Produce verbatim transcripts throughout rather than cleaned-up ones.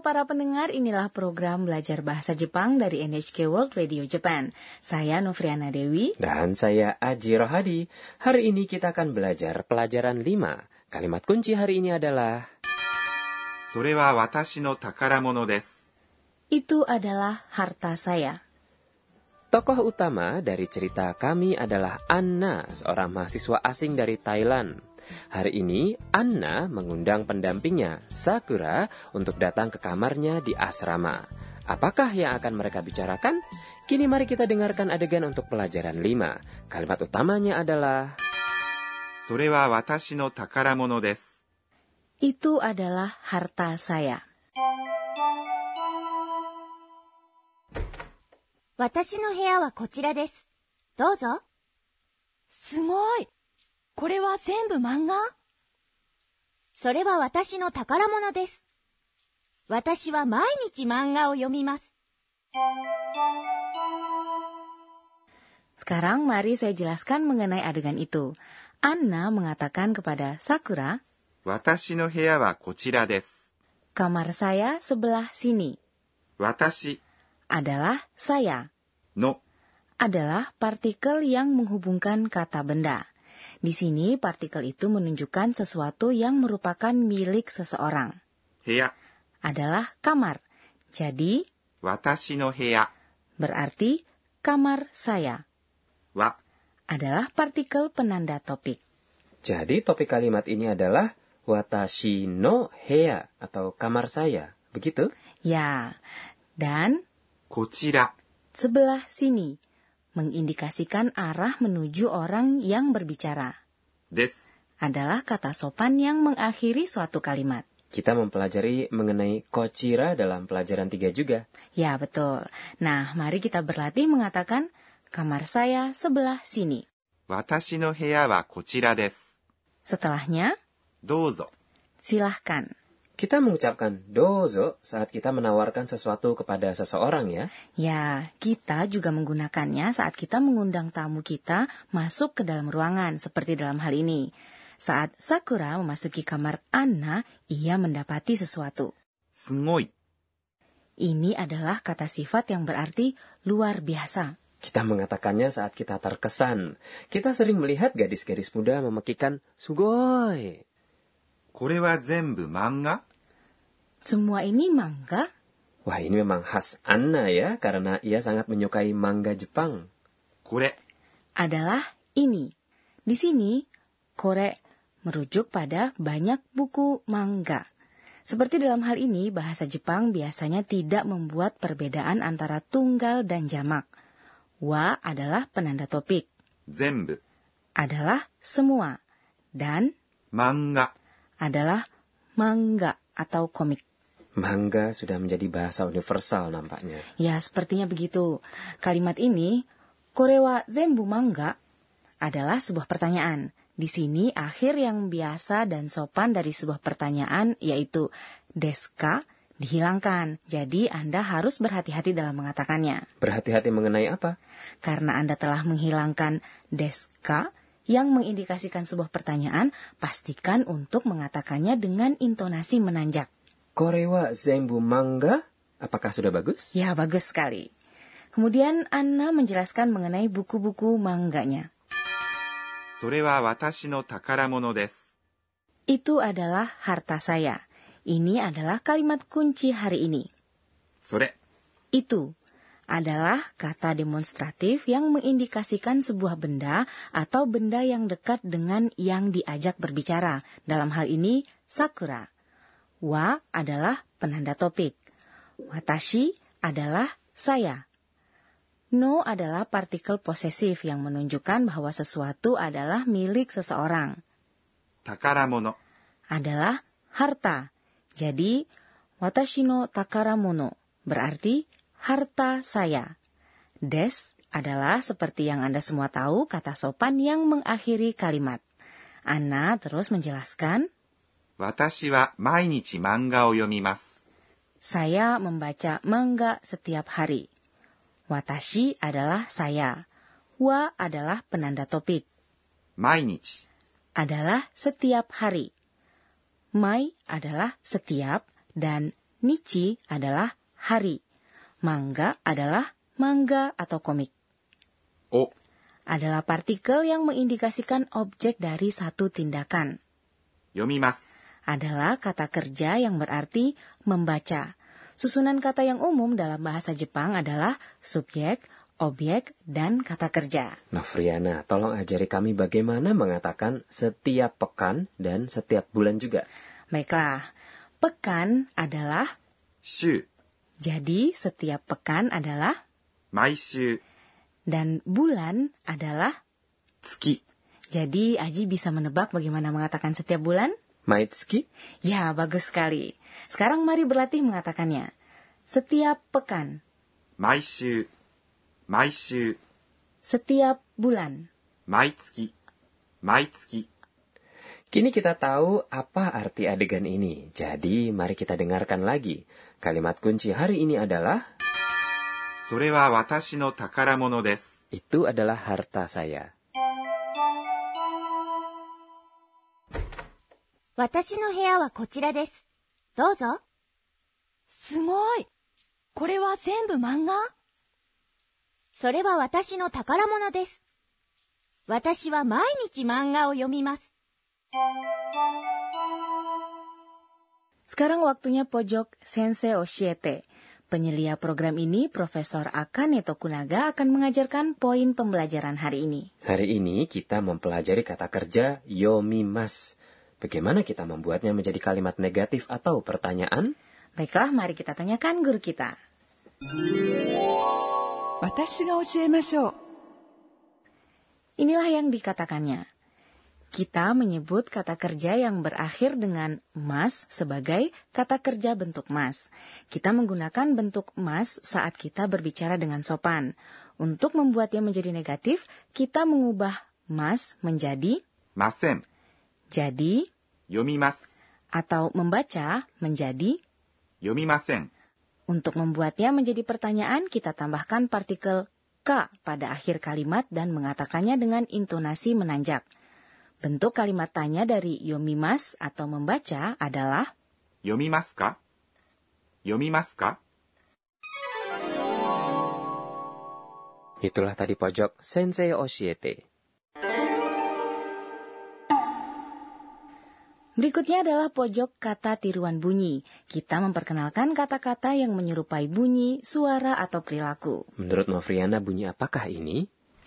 para pendengar, inilah program belajar bahasa Jepang dari N H K World Radio Japan. Saya Novriana Dewi. Dan saya Aji Rohadi. Hari ini kita akan belajar pelajaran lima. Kalimat kunci hari ini adalah それは私の宝物です。 Itu adalah harta saya. Tokoh utama dari cerita kami adalah Anna, seorang mahasiswa asing dari Thailand. Hari ini, Anna mengundang pendampingnya, Sakura, untuk datang ke kamarnya di asrama. Apakah yang akan mereka bicarakan? Kini mari kita dengarkan adegan untuk pelajaran lima. Kalimat utamanya adalah それは私の宝物です。 Itu adalah harta saya. 私の部屋はこちらです。どうぞ。 すごい。これは全部漫画？ それは私の宝物です。私は毎日漫画を読みます。 Sekarang mari saya jelaskan mengenai adegan itu. Anna mengatakan kepada Sakura, 私の部屋はこちらです。 kamar saya sebelah sini. 私 Adalah saya. の Adalah partikel yang menghubungkan kata benda. Di sini partikel itu menunjukkan sesuatu yang merupakan milik seseorang. 部屋 Adalah kamar. Jadi, 私の部屋 berarti kamar saya. は Adalah partikel penanda topik. Jadi topik kalimat ini adalah Watashi no heya atau kamar saya. Begitu? Ya, dan こちら sebelah sini mengindikasikan arah menuju orang yang berbicara. です。 Adalah kata sopan yang mengakhiri suatu kalimat. Kita mempelajari mengenai kochira dalam pelajaran tiga juga. Ya, betul. Nah, mari kita berlatih mengatakan kamar saya sebelah sini. 私の部屋はこちらです。 Setelahnya, どうぞ。 silahkan. Kita mengucapkan dozo saat kita menawarkan sesuatu kepada seseorang ya. Ya, kita juga menggunakannya saat kita mengundang tamu kita masuk ke dalam ruangan, seperti dalam hal ini. Saat Sakura memasuki kamar Anna, ia mendapati sesuatu. すごい。 Ini adalah kata sifat yang berarti luar biasa. Kita mengatakannya saat kita terkesan. Kita sering melihat gadis-gadis muda memekikan sugoi. これは全部漫画？ Semua ini mangga? Wah, ini memang khas Anna ya, karena ia sangat menyukai manga Jepang. これ Adalah ini. Di sini, kore merujuk pada banyak buku manga. Seperti dalam hal ini, bahasa Jepang biasanya tidak membuat perbedaan antara tunggal dan jamak. Wa adalah penanda topik. 全部 Adalah semua. Dan 漫画 adalah manga atau komik. Manga sudah menjadi bahasa universal nampaknya. Ya, sepertinya begitu. Kalimat ini, kore wa zenbu manga, adalah sebuah pertanyaan. Di sini akhir yang biasa dan sopan dari sebuah pertanyaan, yaitu desu ka, dihilangkan. Jadi Anda harus berhati-hati dalam mengatakannya. Berhati-hati mengenai apa? Karena Anda telah menghilangkan desu ka, yang mengindikasikan sebuah pertanyaan, pastikan untuk mengatakannya dengan intonasi menanjak. Kore wa zenbu manga? Apakah sudah bagus? Ya, bagus sekali. Kemudian Anna menjelaskan mengenai buku-buku mangganya. それは私の宝物です。 Itu adalah harta saya. Ini adalah kalimat kunci hari ini. それ Itu adalah kata demonstratif yang mengindikasikan sebuah benda atau benda yang dekat dengan yang diajak berbicara. Dalam hal ini, Sakura. Wa adalah penanda topik. Watashi adalah saya. No adalah partikel posesif yang menunjukkan bahwa sesuatu adalah milik seseorang. 宝物 Adalah harta. Jadi, watashi no takaramono berarti harta saya. Des adalah seperti yang Anda semua tahu kata sopan yang mengakhiri kalimat. Anna terus menjelaskan, 私は毎日漫画を読みます。 saya membaca manga setiap hari. Watashi adalah saya. Wa adalah penanda topik. 毎日 Adalah setiap hari. Mai adalah setiap dan Nichi adalah hari. Manga adalah manga atau komik. O, Adalah partikel yang mengindikasikan objek dari satu tindakan. 読みます。 Adalah kata kerja yang berarti membaca. Susunan kata yang umum dalam bahasa Jepang adalah subjek, objek, dan kata kerja. Novriana, tolong ajari kami bagaimana mengatakan setiap pekan dan setiap bulan juga. Baiklah, pekan adalah, 週、 jadi setiap pekan adalah, 毎週、 dan bulan adalah, 月、 jadi Aji bisa menebak bagaimana mengatakan setiap bulan? Maitsuki? Ya, bagus sekali. Sekarang mari berlatih mengatakannya. Setiap pekan, 毎週、毎週、 setiap bulan. 毎月、毎月。 Kini kita tahu apa arti adegan ini. Jadi, mari kita dengarkan lagi. Kalimat kunci hari ini adalah, それは私の宝物です。 itu adalah harta saya. 私の部屋はこちらです。どうぞ。 すごい。これは全部漫画？ それは私の宝物です。私は毎日漫画を読みます。 Sekarang waktunya pojok Sensei Oshiete. Penyelia program ini, Profesor Akane Tokunaga akan mengajarkan poin pembelajaran hari ini. Hari ini kita mempelajari kata kerja yomimasu. Bagaimana kita membuatnya menjadi kalimat negatif atau pertanyaan? Baiklah, mari kita tanyakan guru kita. 私が教えましょう。 Inilah yang dikatakannya. Kita menyebut kata kerja yang berakhir dengan mas sebagai kata kerja bentuk mas. Kita menggunakan bentuk mas saat kita berbicara dengan sopan. Untuk membuatnya menjadi negatif, kita mengubah mas menjadi ません。 jadi 読みます。 atau membaca menjadi. 読みません。 Untuk membuatnya menjadi pertanyaan, kita tambahkan partikel ka pada akhir kalimat dan mengatakannya dengan intonasi menanjak. Bentuk kalimat tanya dari yomimas atau membaca adalah 読みますか？読みますか？ Itulah tadi pojok Sensei Oshiete. Berikutnya adalah pojok kata tiruan bunyi. Kita memperkenalkan kata-kata yang menyerupai bunyi, suara, atau perilaku. Menurut Novriana, bunyi apakah ini?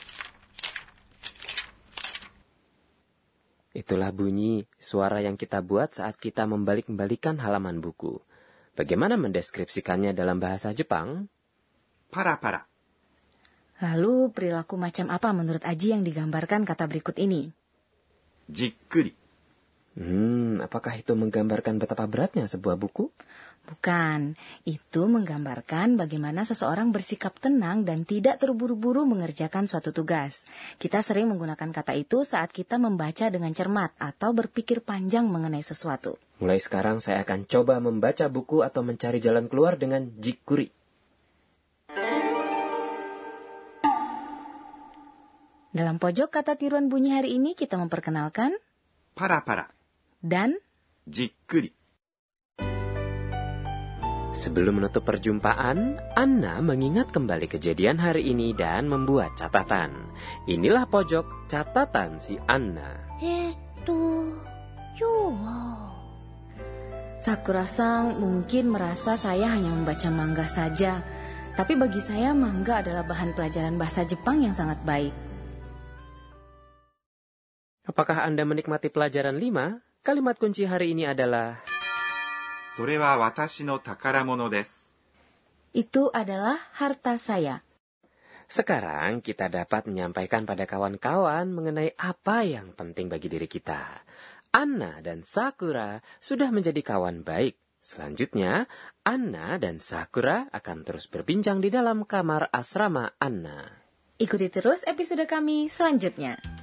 Itulah bunyi suara yang kita buat saat kita membalik-balikan halaman buku. Bagaimana mendeskripsikannya dalam bahasa Jepang? パラパラ。 Lalu perilaku macam apa menurut Aji yang digambarkan kata berikut ini? じっくり。 Hmm, apakah itu menggambarkan betapa beratnya sebuah buku? Bukan, itu menggambarkan bagaimana seseorang bersikap tenang dan tidak terburu-buru mengerjakan suatu tugas. Kita sering menggunakan kata itu saat kita membaca dengan cermat atau berpikir panjang mengenai sesuatu. Mulai sekarang saya akan coba membaca buku atau mencari jalan keluar dengan jikkuri. Dalam pojok kata tiruan bunyi hari ini kita memperkenalkan パラパラ。 dan じっくり。 Sebelum menutup perjumpaan, Anna mengingat kembali kejadian hari ini dan membuat catatan. Inilah pojok catatan si Anna. えーっと、今日は... Sakura-san mungkin merasa saya hanya membaca manga saja. Tapi bagi saya manga adalah bahan pelajaran bahasa Jepang yang sangat baik. Apakah Anda menikmati pelajaran lima? Kalimat kunci hari ini adalah それは私の宝物です。 Itu adalah harta saya. Sekarang kita dapat menyampaikan pada kawan-kawan mengenai apa yang penting bagi diri kita. Anna dan Sakura sudah menjadi kawan baik. Selanjutnya, Anna dan Sakura akan terus berbincang di dalam kamar asrama Anna. Ikuti terus episode kami selanjutnya.